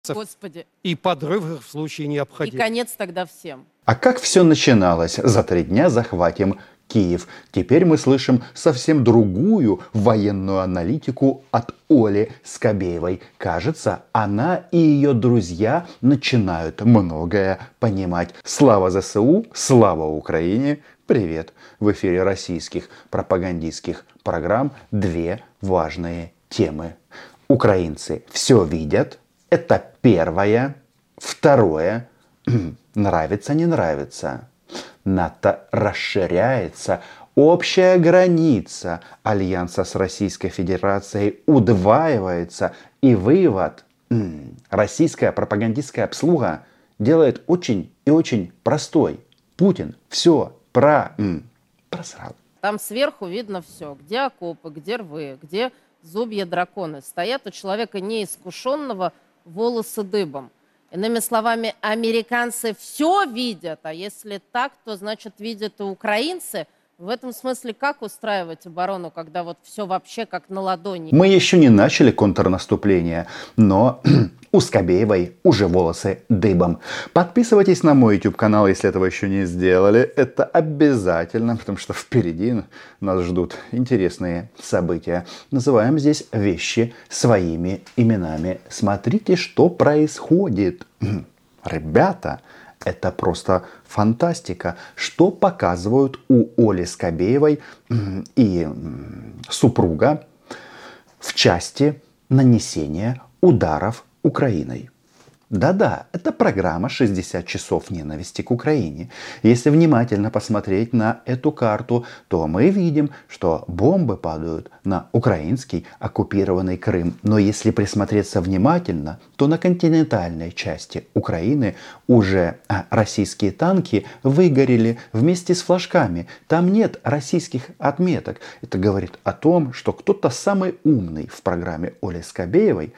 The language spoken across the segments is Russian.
Господи. И подрыв их в случае И необходимости. конец тогда всем. А как все начиналось? За 3 дня захватим Киев. Теперь мы слышим совсем другую военную аналитику от Оли Скобеевой. Кажется, она и ее друзья начинают многое понимать. Слава ЗСУ, слава Украине. Привет! В эфире российских пропагандистских программ две важные темы. Украинцы все видят. Это первое. Второе. Нравится, не нравится. НАТО расширяется. Общая граница Альянса с Российской Федерацией удваивается. И вывод. Российская пропагандистская обслуга делает очень и очень простой. Путин все просрал. Там сверху видно все. Где окопы, где рвы, где зубья драконы. Стоят у человека неискушенного волосы дыбом. Иными словами, американцы все видят, а если так, то значит видят и украинцы. В этом смысле как устраивать оборону, когда вот все вообще как на ладони? Мы еще не начали контрнаступление, но у Скобеевой уже волосы дыбом. Подписывайтесь на мой YouTube канал, если этого еще не сделали. Это обязательно, потому что впереди нас ждут интересные события. Называем здесь вещи своими именами. Смотрите, что происходит. Ребята, это просто фантастика. Что показывают у Оли Скобеевой и супруга в части нанесения ударов Украиной. Да-да, это программа «60 часов ненависти к Украине». Если внимательно посмотреть на эту карту, то мы видим, что бомбы падают на украинский оккупированный Крым. Но если присмотреться внимательно, то на континентальной части Украины уже российские танки выгорели вместе с флажками. Там нет российских отметок. Это говорит о том, что кто-то самый умный в программе Оли Скобеевой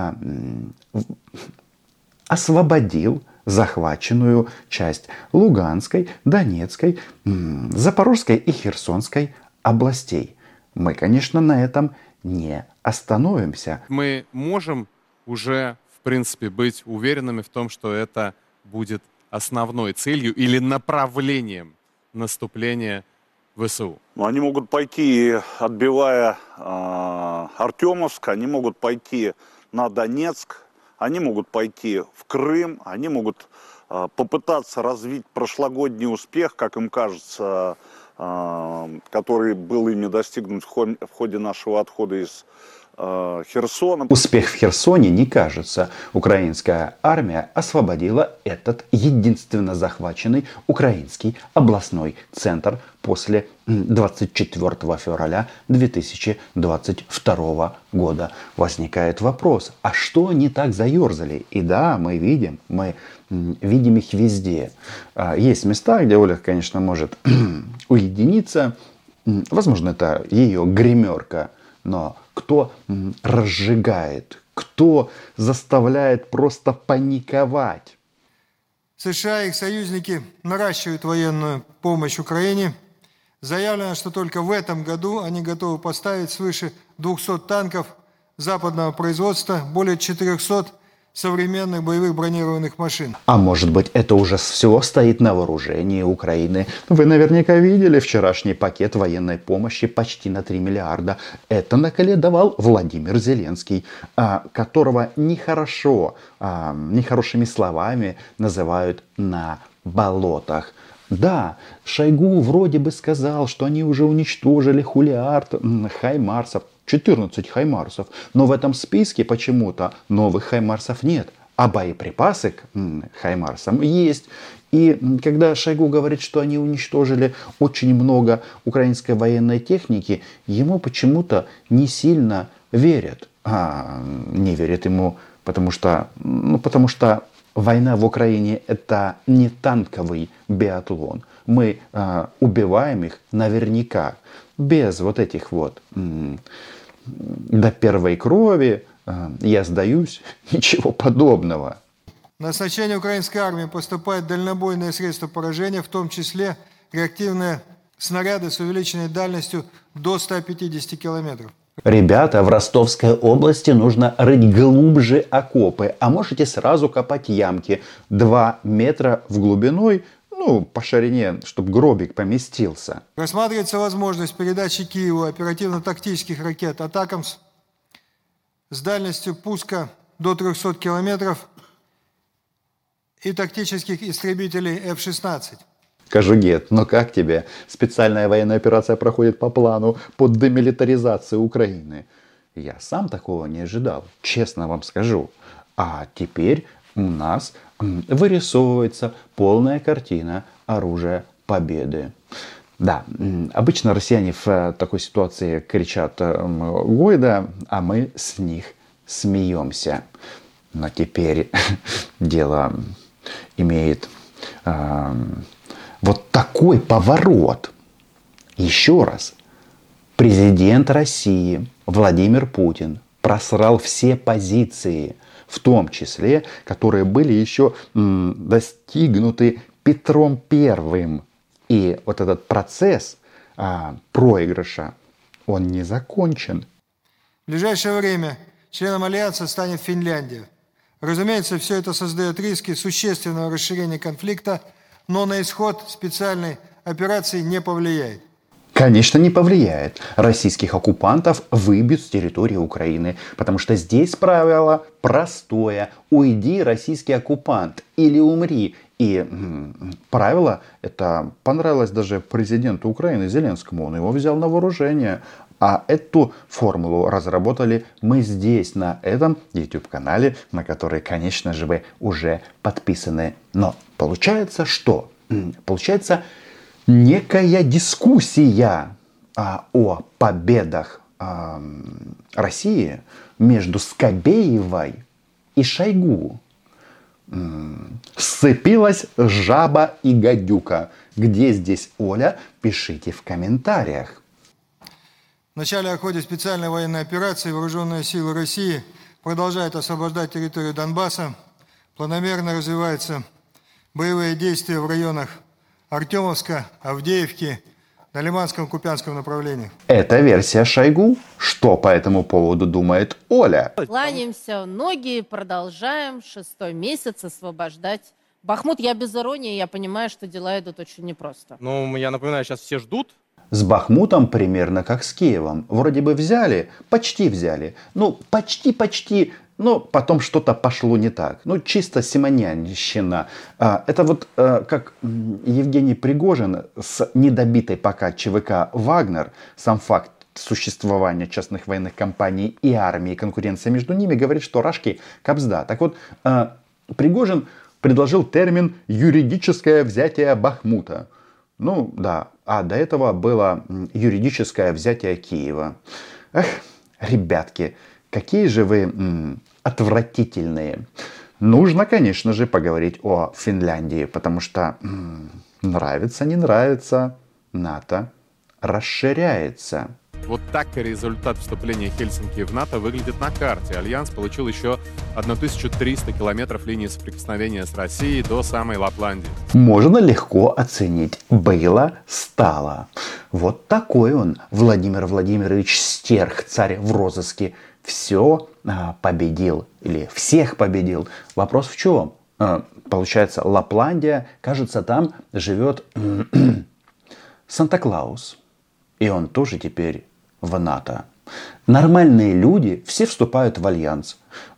освободил захваченную часть Луганской, Донецкой, Запорожской и Херсонской областей. Мы, конечно, на этом не остановимся. Мы можем уже, в принципе, быть уверенными в том, что это будет основной целью или направлением наступления ВСУ. Они могут пойти, отбивая Артемовск, они могут пойти на Донецк, они могут пойти в Крым, они могут попытаться развить прошлогодний успех, как им кажется, который был ими достигнут в ходе нашего отхода из Херсона. Успех в Херсоне не кажется. Украинская армия освободила этот единственно захваченный украинский областной центр после 24 февраля 2022 года. Возникает вопрос, а что они так заерзали? И да, мы видим их везде. Есть места, где Оля, конечно, может уединиться. Возможно, это ее гримерка. Но кто разжигает, кто заставляет просто паниковать? США и их союзники наращивают военную помощь Украине. Заявлено, что только в этом году они готовы поставить свыше 200 танков западного производства, более 400 современных боевых бронированных машин. А может быть, это уже все стоит на вооружении Украины? Вы наверняка видели вчерашний пакет военной помощи почти на 3 миллиарда. Это наколедовал Владимир Зеленский, которого нехорошими словами называют на болотах. Да, Шойгу вроде бы сказал, что они уже уничтожили хулиард хаймарсов, 14 хаймарсов, но в этом списке почему-то новых хаймарсов нет, а боеприпасы к хаймарсам есть. И когда Шойгу говорит, что они уничтожили очень много украинской военной техники, ему почему-то не сильно верят. Не верят ему, потому что война в Украине – это не танковый биатлон. Мы убиваем их наверняка, без вот этих вот до первой крови, я сдаюсь, ничего подобного. На оснащение украинской армии поступают дальнобойные средства поражения, в том числе реактивные снаряды с увеличенной дальностью до 150 километров. Ребята, в Ростовской области нужно рыть глубже окопы, а можете сразу копать ямки 2 метра в глубиной, ну, по ширине, чтобы гробик поместился. Рассматривается возможность передачи Киеву оперативно-тактических ракет «Атакамс» с дальностью пуска до 300 километров и тактических истребителей F-16. Кожугет, ну как тебе? Специальная военная операция проходит по плану по демилитаризации Украины. Я сам такого не ожидал, честно вам скажу. А теперь у нас вырисовывается полная картина оружия победы. Да, обычно россияне в такой ситуации кричат «Гойда», а мы с них смеемся. Но теперь дело имеет вот такой поворот. Еще раз. Президент России Владимир Путин просрал все позиции, в том числе, которые были еще достигнуты Петром Первым. И вот этот процесс проигрыша, он не закончен. В ближайшее время членом Альянса станет Финляндия. Разумеется, все это создает риски существенного расширения конфликта, но на исход специальной операции не повлияет. Конечно, не повлияет. Российских оккупантов выбьют с территории Украины, потому что здесь правило простое. Уйди, российский оккупант, или умри. И правило это понравилось даже президенту Украины Зеленскому. Он его взял на вооружение. А эту формулу разработали мы здесь, на этом YouTube-канале, на который, конечно же, вы уже подписаны. Но получается что? Получается некая дискуссия о победах России между Скобеевой и Шойгу. Сцепилась жаба и гадюка. Где здесь Оля? Пишите в комментариях. В начале ходе специальной военной операции вооруженные силы России продолжают освобождать территорию Донбасса. Планомерно развиваются боевые действия в районах Артемовска, Авдеевки, на Лиманском, Купянском направлениях. Это версия Шойгу. Что по этому поводу думает Оля? Кланяемся в ноги и продолжаем 6-й месяц освобождать Бахмут. Я без иронии, я понимаю, что дела идут очень непросто. Ну, я напоминаю, сейчас все ждут. С Бахмутом примерно как с Киевом. Вроде бы взяли, почти взяли. Ну, почти, но потом что-то пошло не так. Ну, чисто симонянщина. Это вот как Евгений Пригожин с недобитой пока ЧВК «Вагнер», сам факт существования частных военных компаний и армии, конкуренция между ними, говорит, что рашки кабзда. Так вот, Пригожин предложил термин «юридическое взятие Бахмута». Ну, да. А до этого было юридическое взятие Киева. Эх, ребятки, какие же вы отвратительные. Нужно, конечно же, поговорить о Финляндии, потому что нравится, не нравится, НАТО расширяется. Вот так результат вступления Хельсинки в НАТО выглядит на карте. Альянс получил еще 1300 километров линии соприкосновения с Россией до самой Лапландии. Можно легко оценить. Было, стало. Вот такой он, Владимир Владимирович Стерх, царь в розыске. Все победил. Или всех победил. Вопрос в чем? Получается, Лапландия, кажется, там живет Санта-Клаус. И он тоже теперь в НАТО. Нормальные люди все вступают в альянс.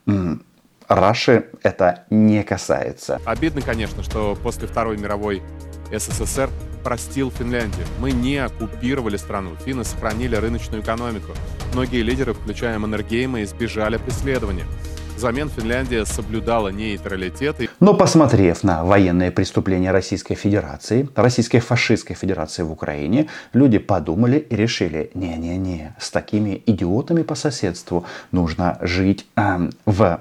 Раши это не касается. Обидно, конечно, что после Второй мировой СССР простил Финляндию. Мы не оккупировали страну. Финны сохранили рыночную экономику. Многие лидеры, включая Маннергейма, избежали преследования. Взамен Финляндия соблюдала нейтралитет. Но посмотрев на военные преступления Российской Федерации, Российской фашистской Федерации в Украине, люди подумали и решили, не-не-не, с такими идиотами по соседству нужно жить в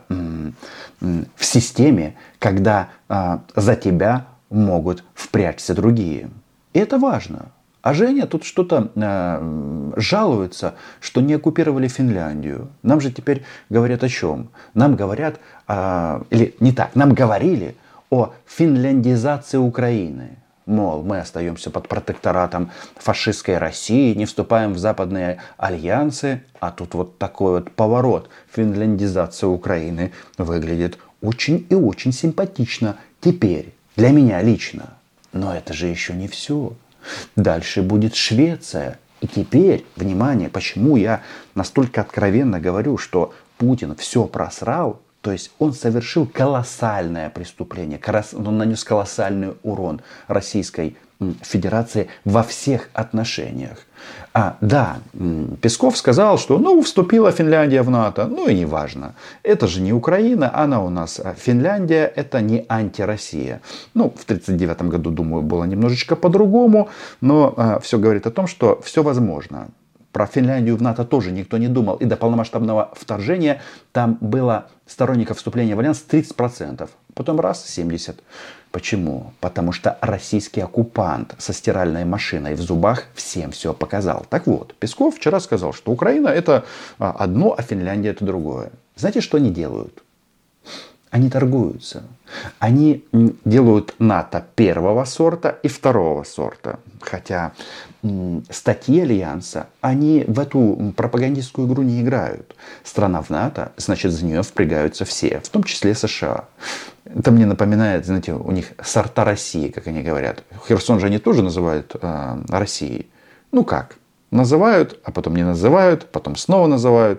системе, когда за тебя могут впрячься другие. И это важно. А Женя тут что-то жалуется, что не оккупировали Финляндию. Нам же теперь говорят о чем? Нам говорят, или не так, нам говорили о финляндизации Украины. Мол, мы остаемся под протекторатом фашистской России, не вступаем в западные альянсы. А тут вот такой вот поворот. Финляндизация Украины выглядит очень и очень симпатично. Теперь, для меня лично. Но это же еще не все. Дальше будет Швеция. И теперь, внимание, почему я настолько откровенно говорю, что Путин все просрал. То есть он совершил колоссальное преступление, он нанес колоссальный урон Российской Федерации во всех отношениях. Да, Песков сказал, что вступила Финляндия в НАТО, и неважно. Это же не Украина, она у нас Финляндия, это не антироссия. В 1939 году, думаю, было немножечко по-другому, но все говорит о том, что все возможно. Про Финляндию в НАТО тоже никто не думал. И до полномасштабного вторжения там было сторонников вступления в альянс 30%. Потом раз 70%. Почему? Потому что российский оккупант со стиральной машиной в зубах всем все показал. Так вот, Песков вчера сказал, что Украина это одно, а Финляндия это другое. Знаете, что они делают? Они торгуются. Они делают НАТО первого сорта и второго сорта. Хотя статьи Альянса, они в эту пропагандистскую игру не играют. Страна в НАТО, значит, за нее впрягаются все, в том числе США. Это мне напоминает, знаете, у них сорта России, как они говорят. Херсон же они тоже называют Россией. Как? Называют, а потом не называют, потом снова называют.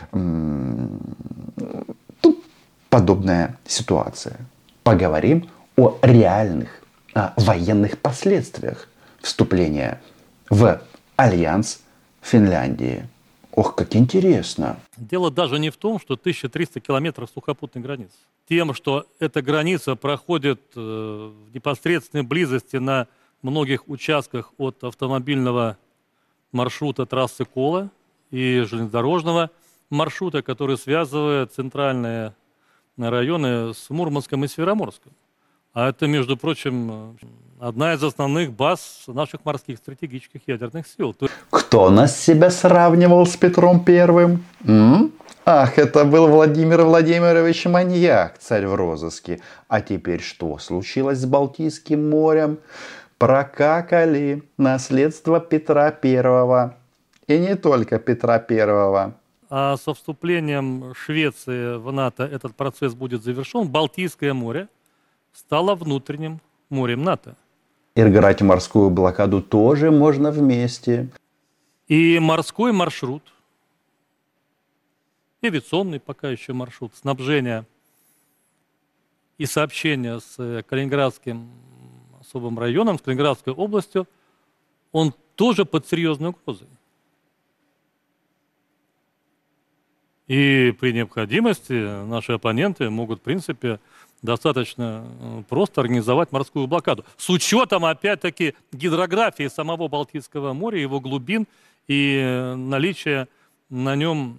Тут подобная ситуация. Поговорим о реальных военных последствиях вступления в альянс Финляндии. Ох, как интересно. Дело даже не в том, что 1300 километров сухопутной границы. Тем, что эта граница проходит в непосредственной близости на многих участках от автомобильного маршрута трассы Кола и железнодорожного маршрута, который связывает центральные районы с Мурманском и Североморском. А это, между прочим, одна из основных баз наших морских стратегических ядерных сил. Кто нас себя сравнивал с Петром Первым? Ах, это был Владимир Владимирович Маньяк, царь в розыске. А теперь что случилось с Балтийским морем? Прокакали наследство Петра Первого. И не только Петра Первого. А со вступлением Швеции в НАТО этот процесс будет завершен. Балтийское море стало внутренним морем НАТО. И играть морскую блокаду тоже можно вместе. И морской маршрут, авиационный пока еще маршрут снабжения и сообщения с Калининградским особым районом, с Калининградской областью, он тоже под серьезной угрозой. И при необходимости наши оппоненты могут, в принципе, достаточно просто организовать морскую блокаду. С учетом, опять-таки, гидрографии самого Балтийского моря, его глубин и наличия на нем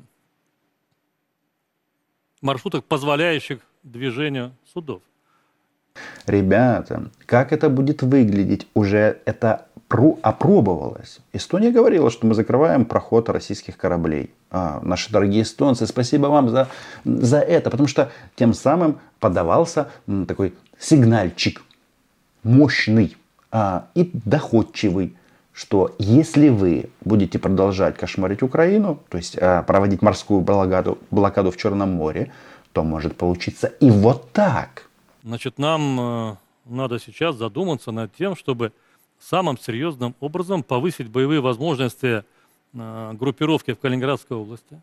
маршрутов, позволяющих движению судов. Ребята, как это будет выглядеть? Уже это опробовалось. Эстония говорила, что мы закрываем проход российских кораблей. Наши дорогие эстонцы, спасибо вам за это, потому что тем самым подавался такой сигнальчик мощный и доходчивый, что если вы будете продолжать кошмарить Украину, то есть проводить морскую блокаду в Черном море, то может получиться и вот так. Значит, нам надо сейчас задуматься над тем, чтобы самым серьезным образом повысить боевые возможности группировки в Калининградской области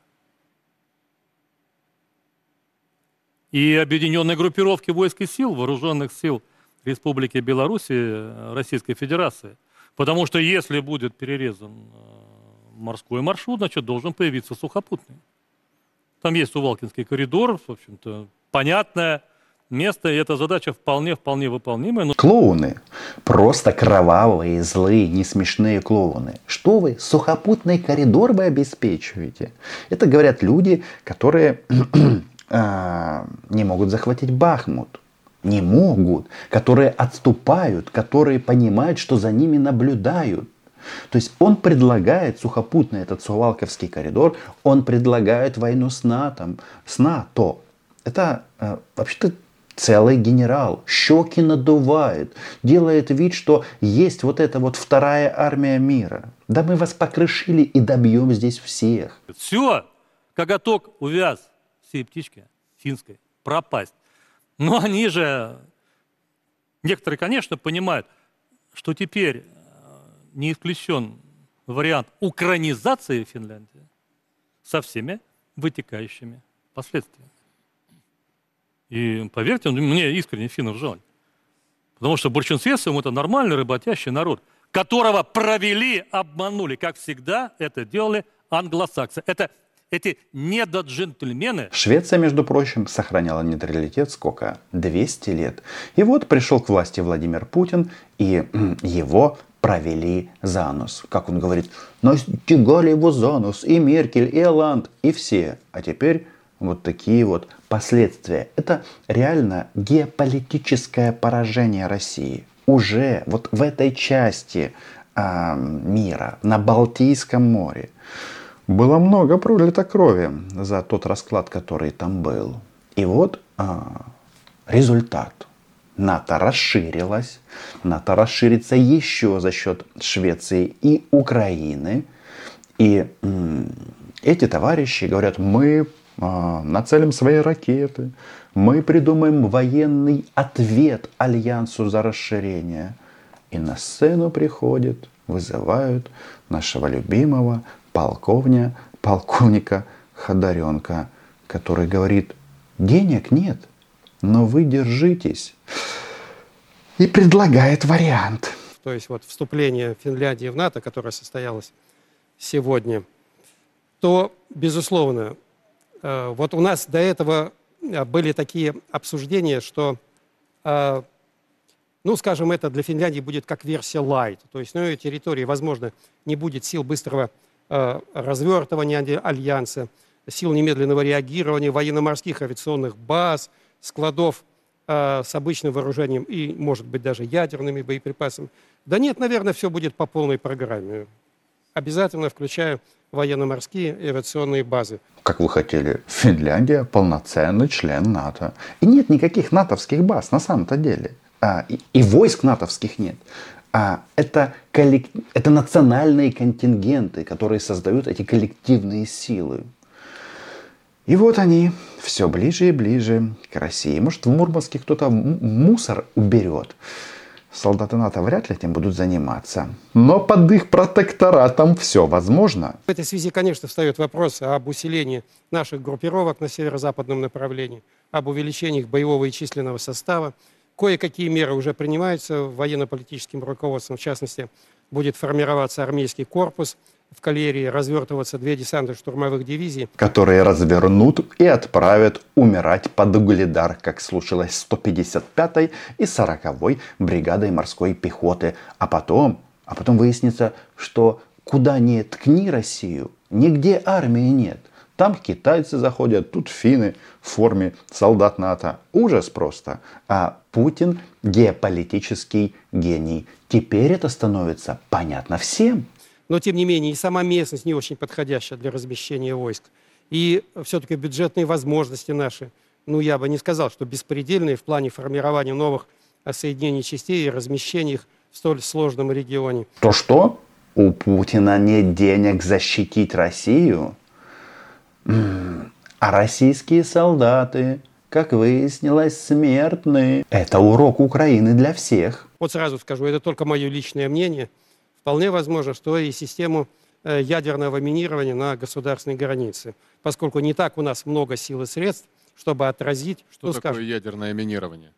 и объединенной группировки войск и сил, вооруженных сил Республики Беларусь и Российской Федерации. Потому что если будет перерезан морской маршрут, значит, должен появиться сухопутный. Там есть Сувалкинский коридор, в общем-то, понятное место, и эта задача вполне выполнимая. Клоуны. Просто кровавые, злые, несмешные клоуны. Что вы, сухопутный коридор вы обеспечиваете? Это говорят люди, которые не могут захватить Бахмут. Не могут. Которые отступают, которые понимают, что за ними наблюдают. То есть он предлагает сухопутный этот Сувалковский коридор, он предлагает войну с НАТО. Это вообще-то Целый генерал щеки надувает, делает вид, что есть вот эта вот вторая армия мира. Да мы вас покрышили и добьем здесь всех. Все, коготок увяз всей птички финской, пропасть. Но они же, некоторые, конечно, понимают, что теперь не исключен вариант украинизации Финляндии со всеми вытекающими последствиями. И поверьте, мне искренне финнов жаль. Потому что в большинстве своем это нормальный работящий народ, которого провели, обманули. Как всегда это делали англосаксы. Это эти недоджентльмены. Швеция, между прочим, сохраняла нейтралитет сколько? 200 лет. И вот пришел к власти Владимир Путин, и его провели за нос. Как он говорит, настигали его за нос и Меркель, и Оланд, и все. А теперь вот такие вот последствия. Это реально геополитическое поражение России. Уже вот в этой части мира, на Балтийском море, было много пролито крови за тот расклад, который там был. И вот результат. НАТО расширилось. НАТО расширится еще за счет Швеции и Украины. И эти товарищи говорят, мы нацелим свои ракеты, мы придумаем военный ответ Альянсу за расширение. И на сцену приходят, вызывают нашего любимого полковника Ходоренка, который говорит, денег нет, но вы держитесь. И предлагает вариант. То есть вот вступление Финляндии в НАТО, которое состоялось сегодня, то, безусловно, вот у нас до этого были такие обсуждения, что, ну, скажем, это для Финляндии будет как версия light. То есть на ее территории, возможно, не будет сил быстрого развертывания альянса, сил немедленного реагирования, военно-морских авиационных баз, складов с обычным вооружением и, может быть, даже ядерными боеприпасами. Да нет, наверное, все будет по полной программе. Обязательно включая военно-морские и авиационные базы. Как вы хотели, Финляндия полноценный член НАТО. И нет никаких натовских баз на самом-то деле. И войск натовских нет. Это национальные контингенты, которые создают эти коллективные силы. И вот они все ближе и ближе к России. Может, в Мурманске кто-то мусор уберет. Солдаты НАТО вряд ли этим будут заниматься. Но под их протекторатом все возможно. В этой связи, конечно, встает вопрос об усилении наших группировок на северо-западном направлении, об увеличении их боевого и численного состава. Кое-какие меры уже принимаются военно-политическим руководством. В частности, будет формироваться армейский корпус, в калерии развертываться 2 десантно-штурмовых дивизии, которые развернут и отправят умирать под Угледар, как случилось с 155-й и 40-й бригадой морской пехоты. А потом выяснится, что куда ни ткни Россию, нигде армии нет. Там китайцы заходят, тут финны в форме солдат НАТО. Ужас просто. А Путин геополитический гений. Теперь это становится понятно всем. Но, тем не менее, и сама местность не очень подходящая для размещения войск. И все-таки бюджетные возможности наши, ну, я бы не сказал, что беспредельные в плане формирования новых соединений частей и размещения их в столь сложном регионе. То что? У Путина нет денег защитить Россию? А российские солдаты, как выяснилось, смертны. Это урок Украины для всех. Вот сразу скажу, это только мое личное мнение. Вполне возможно, что и систему ядерного минирования на государственной границе, поскольку не так у нас много сил и средств, чтобы отразить... Что такое ядерное минирование?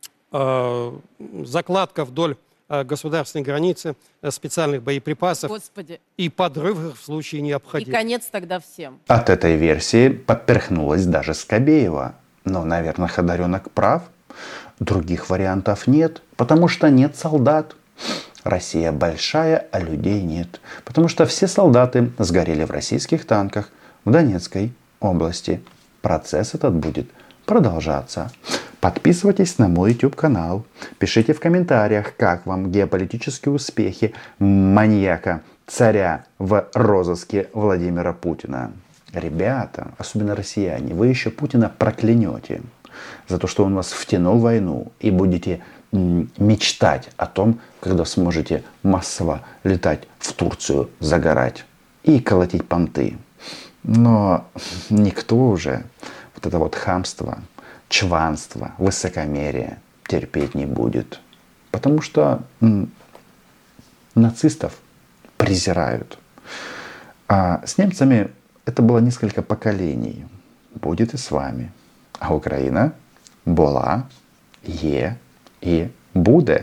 Закладка вдоль государственной границы специальных боеприпасов. Господи. И подрыв в случае необходимости. И конец тогда всем. От этой версии поперхнулась даже Скобеева. Но, наверное, Ходоренок прав. Других вариантов нет, потому что нет солдат. Россия большая, а людей нет. Потому что все солдаты сгорели в российских танках в Донецкой области. Процесс этот будет продолжаться. Подписывайтесь на мой YouTube-канал. Пишите в комментариях, как вам геополитические успехи маньяка, царя в розыске Владимира Путина. Ребята, особенно россияне, вы еще Путина проклянете. за то, что он вас втянул в войну, и будете мечтать о том, когда сможете массово летать в Турцию, загорать и колотить понты. Но никто уже вот это вот хамство, чванство, высокомерие терпеть не будет. Потому что нацистов презирают. А с немцами это было несколько поколений. Будет и с вами. А Украина була, є і буде.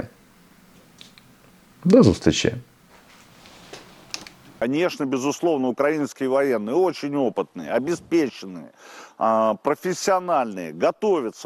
До зустрічі. Конечно, безусловно, украинские военные очень опытные, обеспеченные, профессиональные, готовятся.